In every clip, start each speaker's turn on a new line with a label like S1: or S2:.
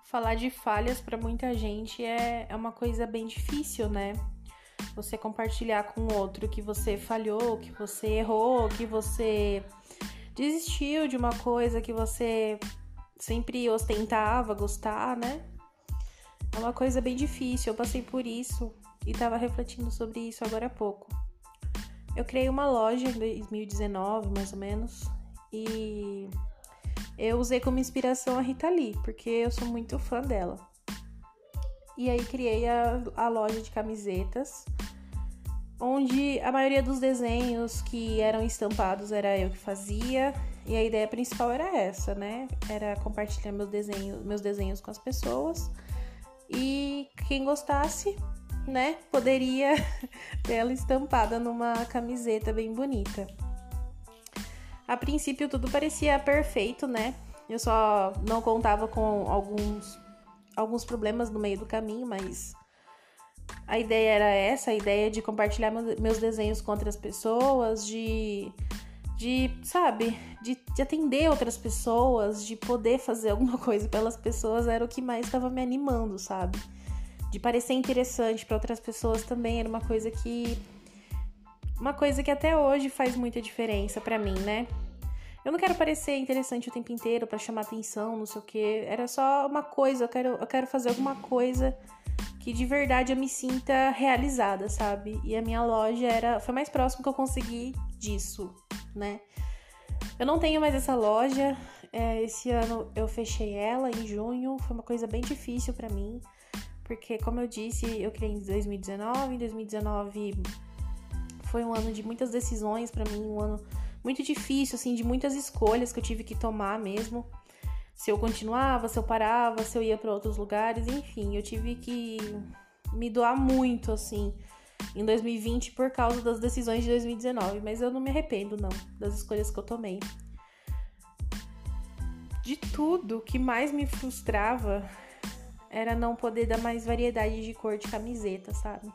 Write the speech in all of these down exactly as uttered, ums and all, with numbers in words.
S1: Falar de falhas para muita gente é, é uma coisa bem difícil, né? Você compartilhar com o outro que você falhou, que você errou, que você desistiu de uma coisa que você sempre ostentava gostar, né? É uma coisa bem difícil. Eu passei por isso e estava refletindo sobre isso agora há pouco. Eu criei uma loja em dois mil e dezenove, mais ou menos, e eu usei como inspiração a Rita Lee, porque eu sou muito fã dela. E aí criei a, a loja de camisetas, onde a maioria dos desenhos que eram estampados era eu que fazia, e a ideia principal era essa, né? Era compartilhar meus desenhos, meus desenhos com as pessoas, e quem gostasse, né, poderia ter ela estampada numa camiseta bem bonita. A princípio tudo parecia perfeito, né? Eu só não contava com alguns, alguns problemas no meio do caminho, mas a ideia era essa, a ideia de compartilhar meus desenhos com outras pessoas, de, de sabe, de, de atender outras pessoas, de poder fazer alguma coisa pelas pessoas, era o que mais estava me animando, sabe? De parecer interessante para outras pessoas também era uma coisa que uma coisa que até hoje faz muita diferença para mim, né? Eu não quero parecer interessante o tempo inteiro para chamar atenção, não sei o quê. Era só uma coisa, eu quero, eu quero fazer alguma coisa que de verdade eu me sinta realizada, sabe? E a minha loja era, foi mais próximo que eu consegui disso, né? Eu não tenho mais essa loja. É, esse ano eu fechei ela em junho. Foi uma coisa bem difícil para mim. Porque, como eu disse, eu criei em dois mil e dezenove. Em dois mil e dezenove foi um ano de muitas decisões pra mim, um ano muito difícil, assim, de muitas escolhas que eu tive que tomar mesmo. Se eu continuava, se eu parava, se eu ia pra outros lugares, enfim, eu tive que me doar muito, assim, em dois mil e vinte por causa das decisões de dois mil e dezenove. Mas eu não me arrependo, não, das escolhas que eu tomei. De tudo, o que mais me frustrava era não poder dar mais variedade de cor de camiseta, sabe?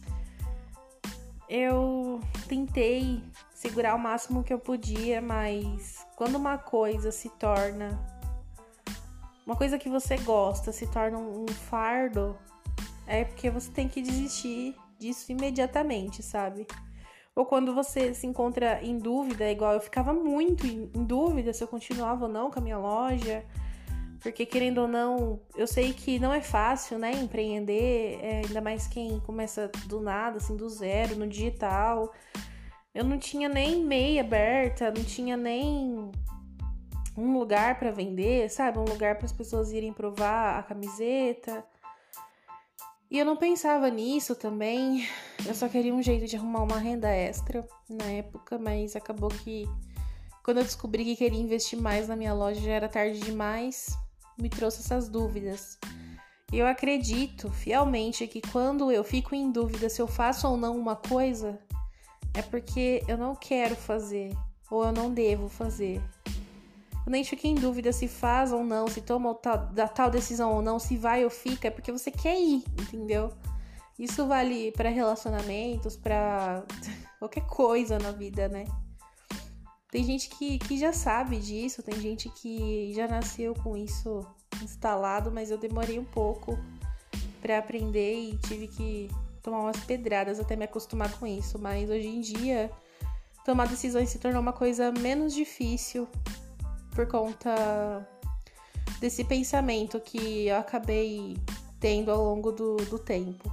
S1: Eu tentei segurar o máximo que eu podia, mas quando uma coisa se torna... Uma coisa que você gosta se torna um fardo, é porque você tem que desistir disso imediatamente, sabe? Ou quando você se encontra em dúvida, igual eu ficava muito em dúvida se eu continuava ou não com a minha loja... Porque, querendo ou não, eu sei que não é fácil, né, empreender, é, ainda mais quem começa do nada, assim, do zero, no digital. Eu não tinha nem meia aberta, não tinha nem um lugar para vender, sabe? Um lugar para as pessoas irem provar a camiseta. E eu não pensava nisso também. Eu só queria um jeito de arrumar uma renda extra na época, mas acabou que quando eu descobri que queria investir mais na minha loja já era tarde demais. Me trouxe essas dúvidas. E eu acredito fielmente que quando eu fico em dúvida se eu faço ou não uma coisa, é porque eu não quero fazer, ou eu não devo fazer. Quando a gente fica em dúvida se faz ou não, se toma tal, da tal decisão ou não, se vai ou fica, é porque você quer ir, entendeu? Isso vale para relacionamentos, para qualquer coisa na vida, né? Tem gente que, que já sabe disso, tem gente que já nasceu com isso instalado, mas eu demorei um pouco pra aprender e tive que tomar umas pedradas até me acostumar com isso. Mas hoje em dia, tomar decisões se tornou uma coisa menos difícil por conta desse pensamento que eu acabei tendo ao longo do, do tempo.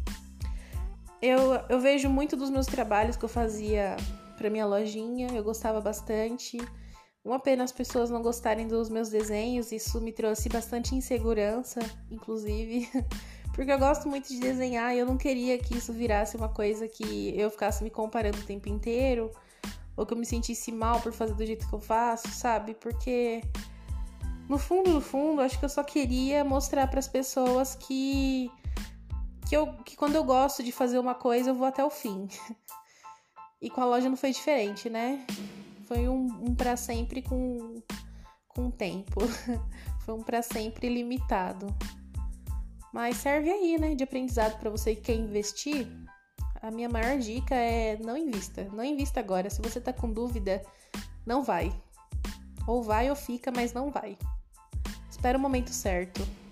S1: Eu, eu vejo muito dos meus trabalhos que eu fazia pra minha lojinha, eu gostava bastante. Uma pena as pessoas não gostarem dos meus desenhos, isso me trouxe bastante insegurança, inclusive, porque eu gosto muito de desenhar e eu não queria que isso virasse uma coisa que eu ficasse me comparando o tempo inteiro, ou que eu me sentisse mal por fazer do jeito que eu faço, sabe? Porque no fundo, no fundo, acho que eu só queria mostrar pras pessoas que, que, eu, que quando eu gosto de fazer uma coisa, eu vou até o fim. E com a loja não foi diferente, né? Foi um, um pra sempre com, com tempo. Foi um pra sempre limitado. Mas serve aí, né? De aprendizado pra você que quer investir. A minha maior dica é não invista. Não invista agora. Se você tá com dúvida, não vai. Ou vai ou fica, mas não vai. Espera o momento certo.